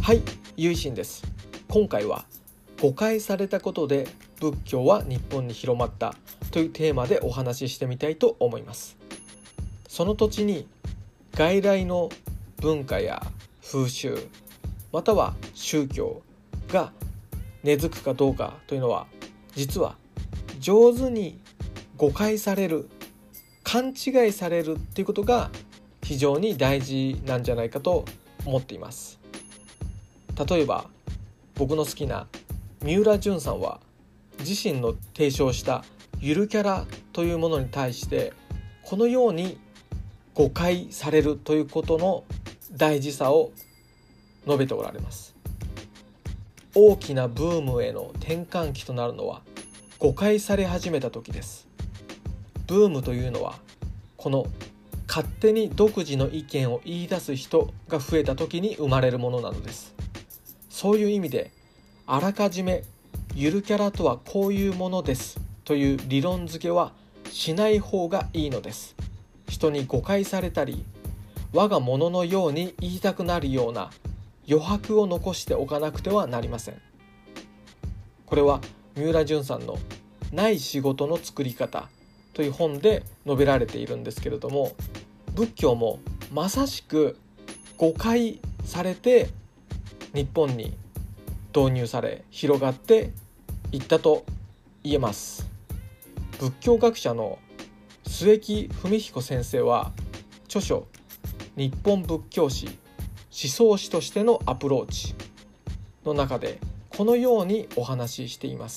はい、ゆいしんです。今回は誤解されたことで仏教は日本に広まったというテーマでお話ししてみたいと思います。その土地に外来の文化や風習または宗教が根付くかどうかというのは、実は上手に誤解される、勘違いされるっていうことが非常に大事なんじゃないかと思っています。例えば僕の好きな三浦淳さんは、自身の提唱したゆるキャラというものに対してこのように誤解されるということの大事さを述べておられます。大きなブームへの転換期となるのは誤解され始めた時です。ブームというのは、この勝手に独自の意見を言い出す人が増えた時に生まれるものなのです。そういう意味で、あらかじめゆるキャラとはこういうものですという理論付けはしない方がいいのです。人に誤解されたり、我が物のように言いたくなるような余白を残しておかなくてはなりません。これは三浦淳さんのない仕事の作り方という本で述べられているんですけれども、仏教もまさしく誤解されて日本に導入され広がっていったと言えます。仏教学者の末木文彦先生は、著書日本仏教史思想史としてのアプローチの中でこのようにお話ししています。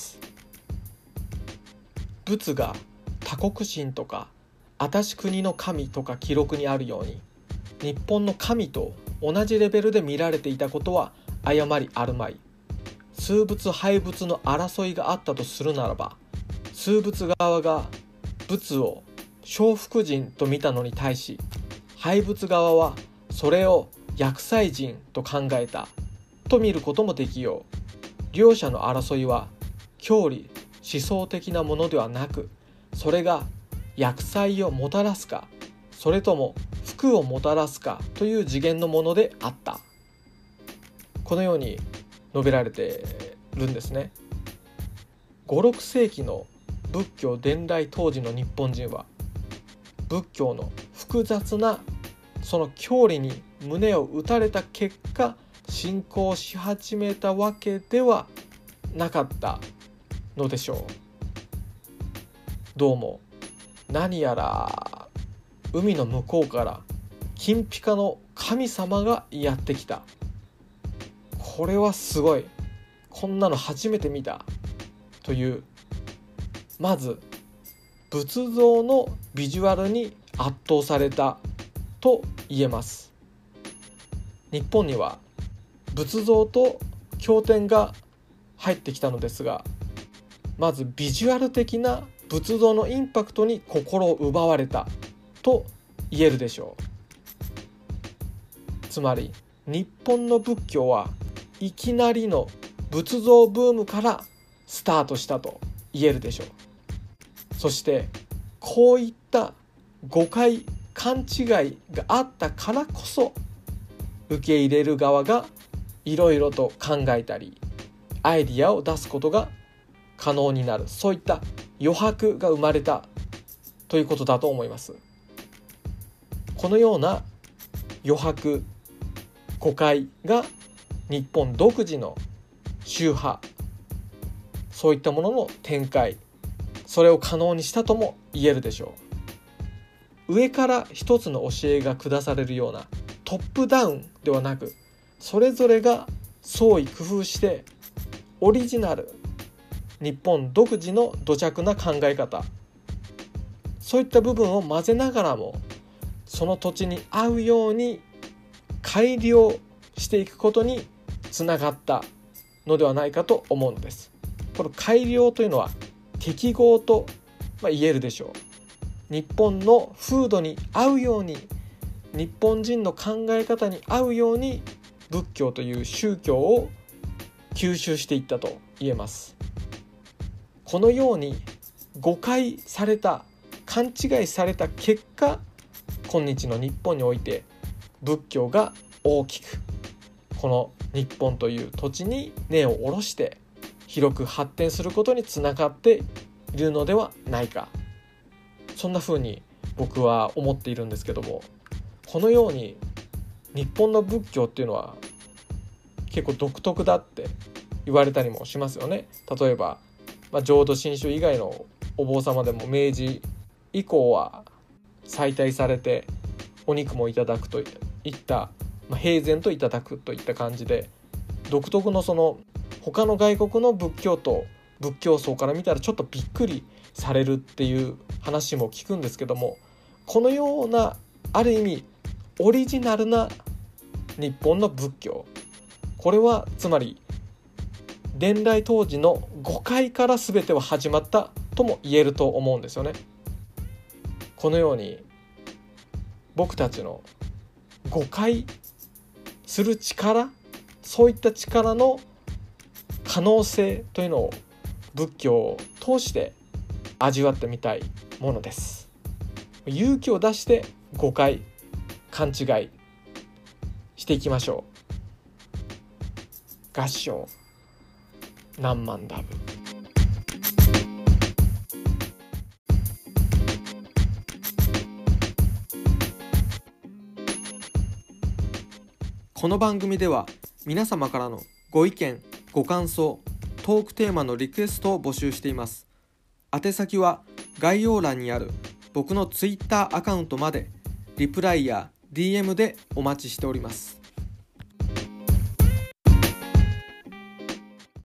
仏が他国神とか私国の神とか記録にあるように、日本の神と同じレベルで見られていたことは誤りあるまい。崇仏拝仏の争いがあったとするならば、崇仏側が仏を聖福神と見たのに対し、拝仏側はそれを薬剤神と考えたと見ることもできよう。両者の争いは教理思想的なものではなく、それが薬剤をもたらすか、それとも福をもたらすかという次元のものであった。このように述べられているんですね。5、6世紀の仏教伝来当時の日本人は、仏教の複雑なその教理に胸を打たれた結果、信仰し始めたわけではなかったのでしょう。どうも何やら海の向こうから金ピカの神様がやってきた。これはすごい、こんなの初めて見たという、まず仏像のビジュアルに圧倒されたと言えます。日本には仏像と経典が入ってきたのですが、まずビジュアル的な仏像のインパクトに心を奪われたと言えるでしょう。つまり日本の仏教はいきなりの仏像ブームからスタートしたと言えるでしょう。そしてこういった誤解勘違いがあったからこそ、受け入れる側がいろいろと考えたりアイディアを出すことが可能になる、そういった余白が生まれたということだと思います。このような余白、誤解が日本独自の宗派、そういったものの展開、それを可能にしたとも言えるでしょう。上から一つの教えが下されるようなトップダウンではなく、それぞれが創意工夫してオリジナル、日本独自の土着な考え方、そういった部分を混ぜながらも、その土地に合うように改良していくことにつながったのではないかと思うのです。この改良というのは適合と言えるでしょう。日本の風土に合うように、日本人の考え方に合うように仏教という宗教を吸収していったと言えます。このように誤解された、勘違いされた結果、今日の日本において仏教が大きくこの日本という土地に根を下ろして広く発展することにつながっているのではないか、そんな風に僕は思っているんですけども、このように日本の仏教っていうのは結構独特だって言われたりもしますよね。例えば、浄土真宗以外のお坊様でも明治以降は再戴されてお肉もいただくといった、平然といただくといった感じで、独特のその他の外国の仏教と仏教僧から見たらちょっとびっくりされるっていう話も聞くんですけども、このようなある意味オリジナルな日本の仏教、これはつまり伝来当時の誤解から全ては始まったとも言えると思うんですよね。このように僕たちの誤解する力、そういった力の可能性というのを仏教を通して味わってみたいものです。勇気を出して誤解、勘違いしていきましょう。合唱何万ダブ。この番組では皆様からのご意見、ご感想、トークテーマのリクエストを募集しています。宛先は概要欄にある僕の Twitter アカウントまでリプライや DM でお待ちしております。